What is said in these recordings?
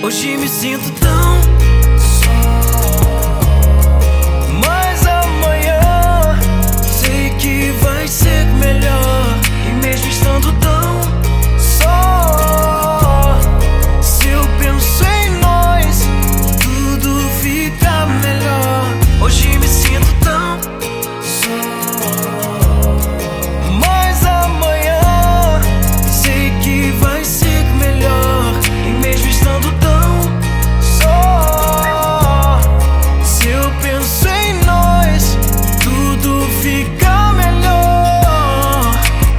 Hoje me sinto tão só, mas amanhã sei que vai ser melhor. E mesmo estando tão só, se eu penso em nós, tudo fica melhor. Hoje me sinto tão só, mas amanhã sei que vai ser melhor. E mesmo estando tão só, se eu penso em nós, tudo fica melhor.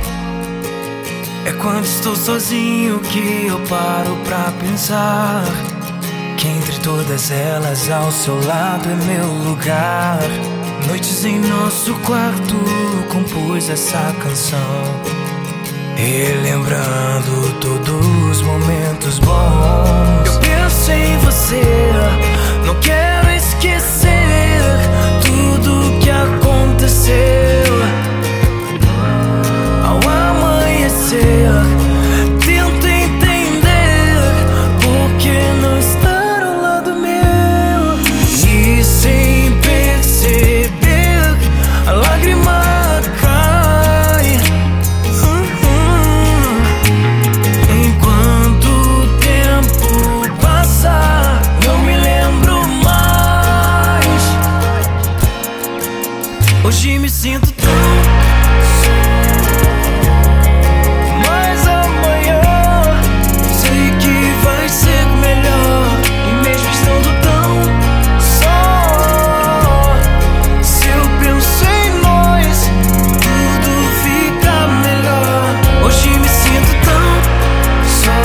É quando estou sozinho que eu paro pra pensar que entre todas elas ao seu lado é meu lugar. Noites em nosso quarto compus essa canção, relembrando todos os momentos bons. Eu penso em você, não quero esquecer tudo que aconteceu. Ao amanhecer, tento entender por que não estar ao lado meu. E sem perceber, a lágrima cai. Enquanto o tempo passa, não me lembro mais. Hoje me sinto tão só, mas amanhã sei que vai ser melhor. E mesmo estando tão só, se eu penso em nós, tudo fica melhor. Hoje me sinto tão só,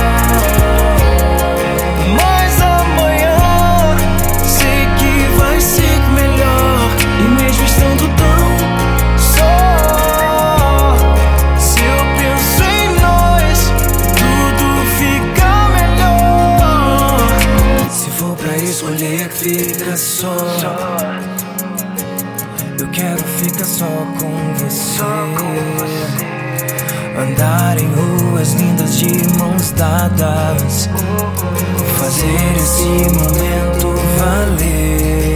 mas amanhã sei que vai ser melhor. E mesmo estando tão só, se eu penso em nós, tudo fica melhor. Se for pra escolher, fica só. Eu quero ficar só com você. Andar em ruas lindas de mãos dadas, fazer esse momento valer.